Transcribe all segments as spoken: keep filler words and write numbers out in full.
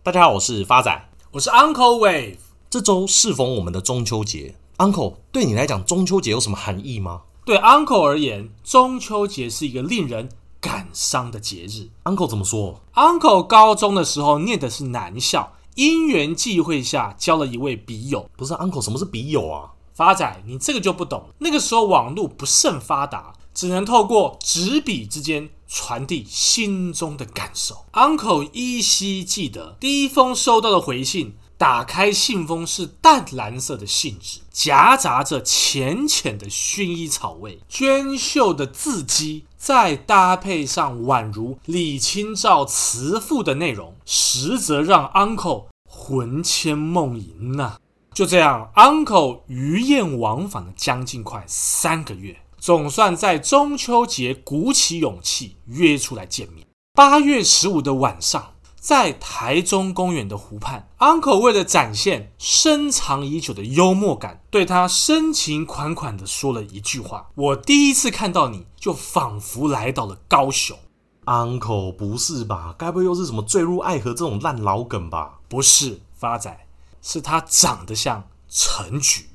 大家好，我是发仔， 我是 Uncle Wave。 这周适逢我们的中秋节 ，Uncle 对你来讲，中秋节有什么含义吗？ 对 Uncle 而言，中秋节是一个令人感伤的节日。 Uncle 怎么说 ？Uncle 高中的时候念的是男校，因缘际会下交了一位笔友。 不是 Uncle， 什么是笔友啊？ 发仔，你这个就不懂。那个时候网络不甚发达，只能透过纸笔之间传递心中的感受。Uncle 依稀记得，第一封收到的回信，打开信封是淡蓝色的信纸，夹杂着浅浅的薰衣草味，娟秀的字迹，再搭配上宛如李清照词赋的内容，实则让 Uncle 魂牵梦萦啊。就这样 Uncle 鱼雁往返了将近快三个月，总算在中秋节鼓起勇气约出来见面。八月十五的晚上，在台中公园的湖畔， Uncle 为了展现深藏已久的幽默感，对他深情款款地说了一句话：我第一次看到你就仿佛来到了高雄。 Uncle 不是吧？该不会又是什么坠入爱河这种烂老梗吧？ 不是，发仔，是他长得像陈菊。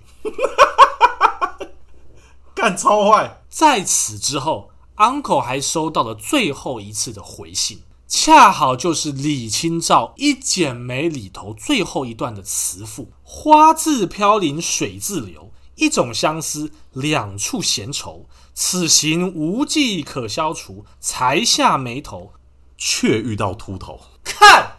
干超坏。 在此之后 Uncle 还收到了最后一次的回信，恰好就是李清照《一剪梅》里头最后一段的词赋：花自飘零水自流，一种相思，两处闲愁，此情无计可消除，才下眉头， 却遇到秃头。 看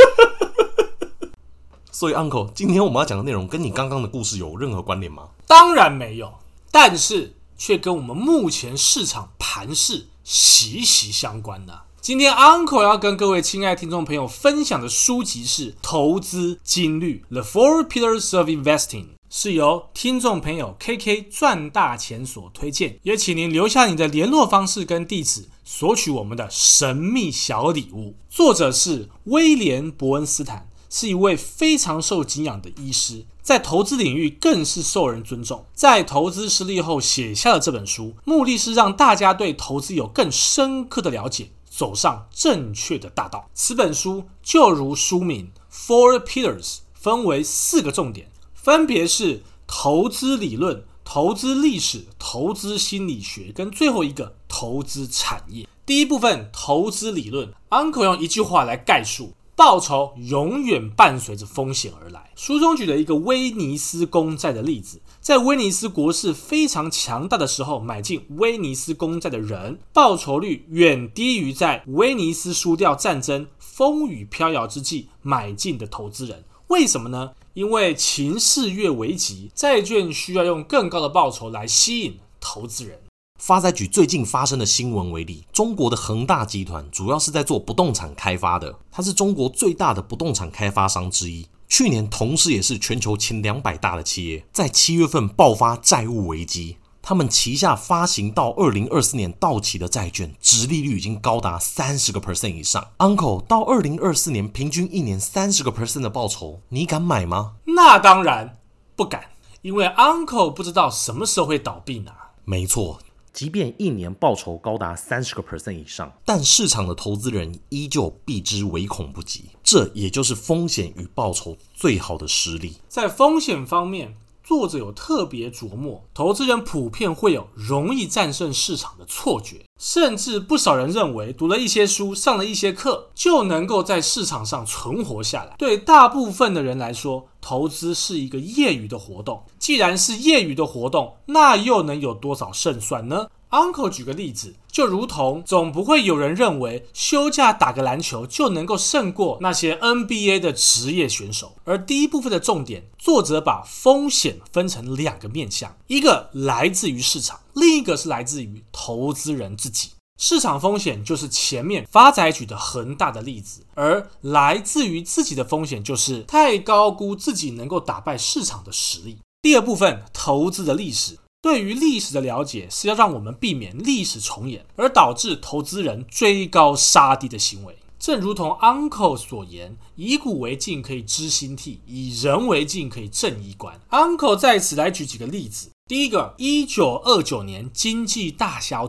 所以 Uncle 今天我们要讲的内容跟你刚刚的故事有任何关联吗？ 当然没有，但是却跟我们目前市场盘势息息相关的。今天 Uncle 要跟各位亲爱的听众朋友分享的书籍是《投资金律》 The Four Pillars of Investing， 是由听众朋友 K K 赚大钱所推荐，也请您留下你的联络方式跟地址，索取我们的神秘小礼物。作者是威廉·伯恩斯坦，是一位非常受敬仰的医师，在投资领域更是受人尊重。在投资失利后写下了这本书，目的是让大家对投资有更深刻的了解，走上正确的大道。此本书就如书名 Four Pillars， 分为四个重点，分别是投资理论、投资历史、投资心理学跟最后一个投资产业。第一部分投资理论， Uncle 用一句话来概述：报酬永远伴随着风险而来。书中举了一个威尼斯公债的例子，在威尼斯国势非常强大的时候，买进威尼斯公债的人，报酬率远低于在威尼斯输掉战争、风雨飘摇之际买进的投资人。为什么呢？因为情势越危急，债券需要用更高的报酬来吸引投资人。 发仔举最近发生的新闻为例，中国的恒大集团主要是在做不动产开发的，它是中国最大的不动产开发商之一，去年同时也是全球前两百大的企业。在七月份爆发债务危机，他们旗下发行到二零二四年到期的债券，殖利率已经高达 百分之三十 以上。 Uncle 到二零二四年平均一年 百分之三十 的报酬，你敢买吗？ 那当然不敢，因为 Uncle 不知道什么时候会倒闭呢。 没错，即便一年报酬高达 百分之三十 以上，但市场的投资人依旧避之唯恐不及，这也就是风险与报酬最好的实力。 在风险方面，作者有特别琢磨，投资人普遍会有容易战胜市场的错觉，甚至不少人认为读了一些书、上了一些课就能够在市场上存活下来。对大部分的人来说，投资是一个业余的活动，既然是业余的活动，那又能有多少胜算呢？ Uncle 举个例子，就如同总不会有人认为休假打个篮球就能够胜过那些 N B A 的职业选手。而第一部分的重点，作者把风险分成两个面向，一个来自于市场，另一个是来自于投资人自己。市场风险就是前面发仔举的恒大的例子，而来自于自己的风险就是太高估自己能够打败市场的实力。第二部分，投资的历史，对于历史的了解是要让我们避免历史重演，而导致投资人追高杀低的行为。正如同 Uncle 所言，以古为镜可以知兴替，以人为镜可以正衣冠。 Uncle 在此来举几个例子。第一个，一九二九年经济大萧条，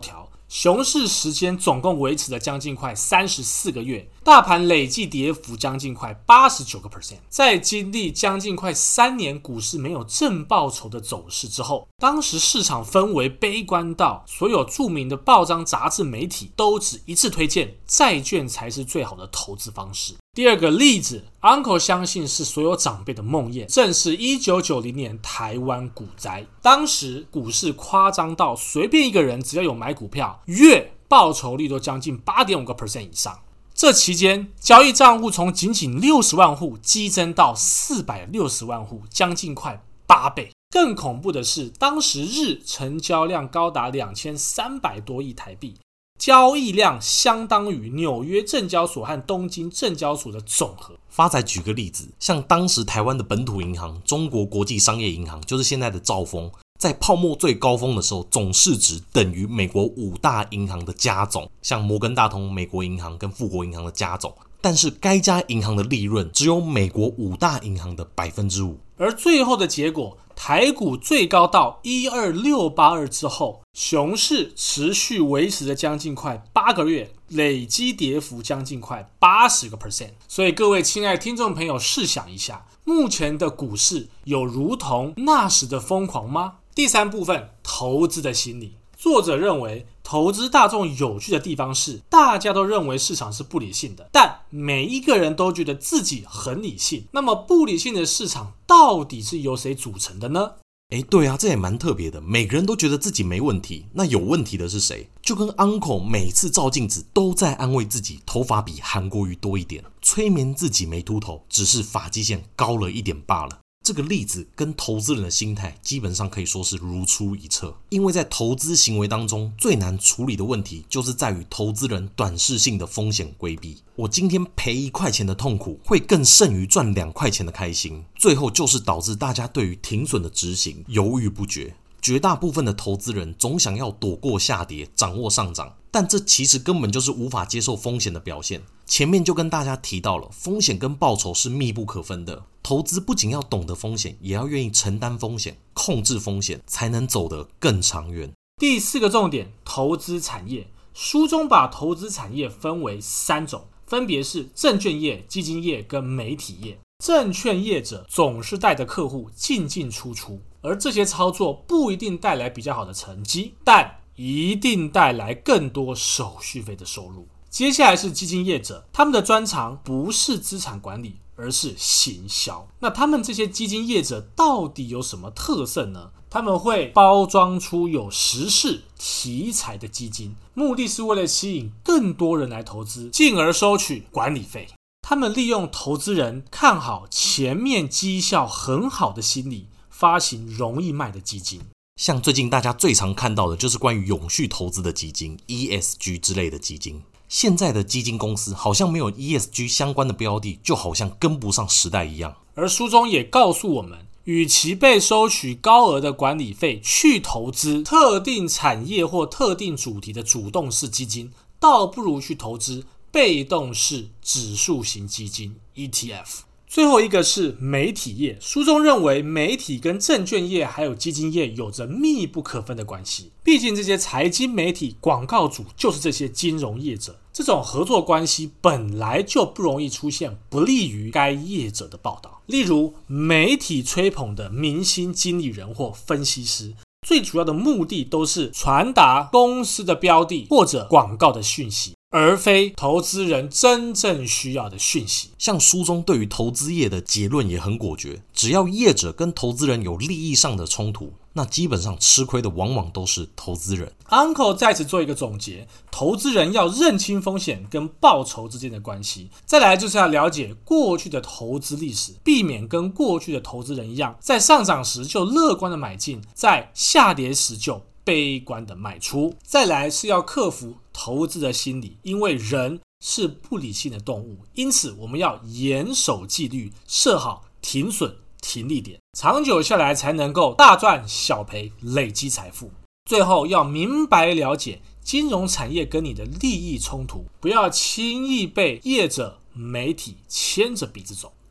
熊市时间总共维持了将近快三十四个月，大盘累计跌幅将近快 百分之八十九， 在经历将近快三年股市没有正报酬的走势之后，当时市场氛围悲观到所有著名的报章杂志媒体都只一致推荐债券才是最好的投资方式。第二个例子 Uncle 相信是所有长辈的梦魇，正是一九九零年台湾股灾。当时股市夸张到随便一个人只要有买股票，月报酬率都将近 百分之八点五 以上。这期间交易账户从仅仅六十万户激增到四百六十万户，将近快八倍。更恐怖的是，当时日成交量高达两千三百多亿台币，交易量相当于纽约证交所和东京证交所的总和。 发仔举个例子，像当时台湾的本土银行中国国际商业银行，就是现在的兆丰，在泡沫最高峰的时候，总市值等于美国五大银行的加总，像摩根大通、美国银行跟富国银行的加总。但是该家银行的利润只有美国五大银行的 百分之五。 而最后的结果，台股最高到一二六八二之后，熊市持续维持了将近快八个月，累积跌幅将近快 百分之八十。 所以各位亲爱的听众朋友，试想一下，目前的股市有如同那时的疯狂吗？第三部分，投资的心理。作者认为，投资大众有趣的地方是，大家都认为市场是不理性的，但每一个人都觉得自己很理性。那么不理性的市场到底是由谁组成的呢？ 诶，对啊，这也蛮特别的，每个人都觉得自己没问题，那有问题的是谁？就跟 Uncle 每次照镜子都在安慰自己头发比韩国瑜多一点，催眠自己没秃头，只是发际线高了一点罢了。这个例子跟投资人的心态基本上可以说是如出一辙，因为在投资行为当中最难处理的问题就是在于投资人短视性的风险规避。我今天赔一块钱的痛苦会更胜于赚两块钱的开心，最后就是导致大家对于停损的执行犹豫不决。绝大部分的投资人总想要躲过下跌，掌握上涨，但这其实根本就是无法接受风险的表现。前面就跟大家提到了，风险跟报酬是密不可分的。投资不仅要懂得风险，也要愿意承担风险，控制风险，才能走得更长远。 第四个重点，投资产业。书中把投资产业分为三种，分别是证券业、基金业跟媒体业。证券业者总是带着客户进进出出，而这些操作不一定带来比较好的成绩，但一定带来更多手续费的收入。接下来是基金业者，他们的专长不是资产管理，而是行销。那他们这些基金业者到底有什么特色呢？他们会包装出有时事题材的基金，目的是为了吸引更多人来投资，进而收取管理费。他们利用投资人看好前面绩效很好的心理，发行容易卖的基金。 像最近大家最常看到的就是关于永续投资的基金 E S G 之类的基金。现在的基金公司好像没有 E S G 相关的标的，就好像跟不上时代一样。 而书中也告诉我们，与其被收取高额的管理费去投资特定产业或特定主题的主动式基金，倒不如去投资被动式指数型基金 E T F。 最后一个是媒体业。书中认为媒体跟证券业还有基金业有着密不可分的关系，毕竟这些财经媒体广告主就是这些金融业者，这种合作关系本来就不容易出现不利于该业者的报道。例如媒体吹捧的明星经理人或分析师，最主要的目的都是传达公司的标的或者广告的讯息，而非投资人真正需要的讯息。 像书中对于投资业的结论也很果决，只要业者跟投资人有利益上的冲突，那基本上吃亏的往往都是投资人。 Uncle 在此做一个总结，投资人要认清风险跟报酬之间的关系，再来就是要了解过去的投资历史，避免跟过去的投资人一样，在上涨时就乐观的买进，在下跌时就悲观的卖出。再来是要克服投资的心理，因为人是不理性的动物，因此我们要严守纪律，设好停损停利点，长久下来才能够大赚小赔，累积财富。最后要明白了解金融产业跟你的利益冲突，不要轻易被业者媒体牵着鼻子走。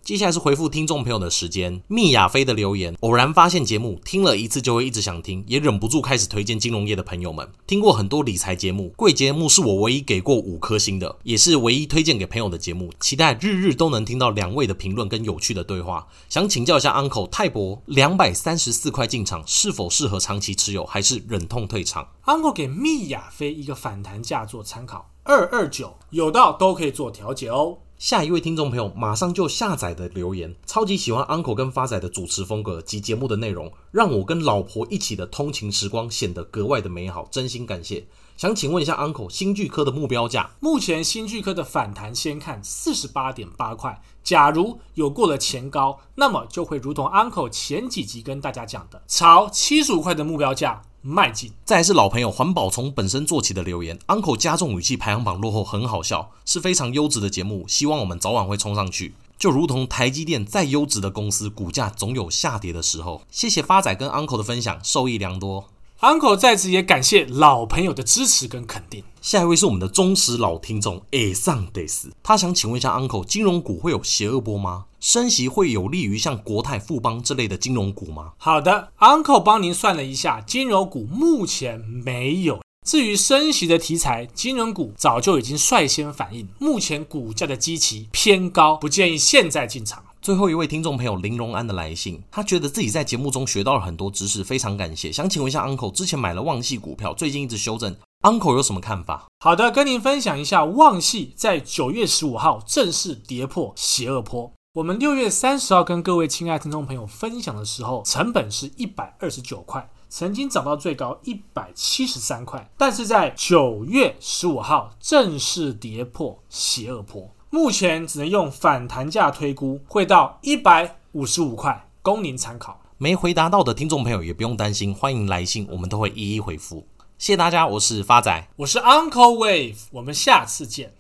接下来是回复听众朋友的时间。蜜亚飞的留言，偶然发现节目，听了一次就会一直想听，也忍不住开始推荐金融业的朋友们。听过很多理财节目，贵节目是我唯一给过五颗星的，也是唯一推荐给朋友的节目。期待日日都能听到两位的评论跟有趣的对话。想请教一下 Uncle 泰博，两百三十四块进场是否适合长期持有，还是忍痛退场？ Uncle 给蜜亚飞一个反弹价做参考，二二九有到都可以做调节哦。 下一位听众朋友马上就下载的留言，超级喜欢 Uncle 跟发仔的主持风格及节目的内容，让我跟老婆一起的通勤时光显得格外的美好，真心感谢。想请问一下 Uncle 新巨科的目标价？ 目前新巨科的反弹先看 四十八点八块，假如有过了前高，那么就会如同 Uncle 前几集跟大家讲的，朝七十五块的目标价迈进。 再来是老朋友环保从本身做起的留言， Uncle 加重语气排行榜落后很好笑，是非常优质的节目，希望我们早晚会冲上去。就如同台积电再优质的公司，股价总有下跌的时候。谢谢发仔跟 Uncle 的分享，受益良多。 Uncle 在此也感谢老朋友的支持跟肯定。 下一位是我们的忠实老听众 A 上 Days， 他想请问一下 Uncle， 金融股会有邪恶波吗？升息会有利于像国泰、富邦这类的金融股吗？ 好的 ，Uncle 帮您算了一下，金融股目前没有。至于升息的题材，金融股早就已经率先反应，目前股价的基期偏高，不建议现在进场。 最后一位听众朋友林荣安的来信，他觉得自己在节目中学到了很多知识，非常感谢。想请问一下 Uncle， 之前买了旺系股票，最近一直修正 ，Uncle 有什么看法？ 好的，跟您分享一下，旺系在九月十五号正式跌破邪恶波。我们六月三十号跟各位亲爱的听众朋友分享的时候，成本是一百二十九块，曾经涨到最高一百七十三块，但是在九月十五号正式跌破邪恶波。目前只能用反弹价推估，会到一百五十五块，供您参考。 没回答到的听众朋友也不用担心，欢迎来信，我们都会一一回复。谢谢大家，我是发仔， 我是 Uncle Wave，我们下次见。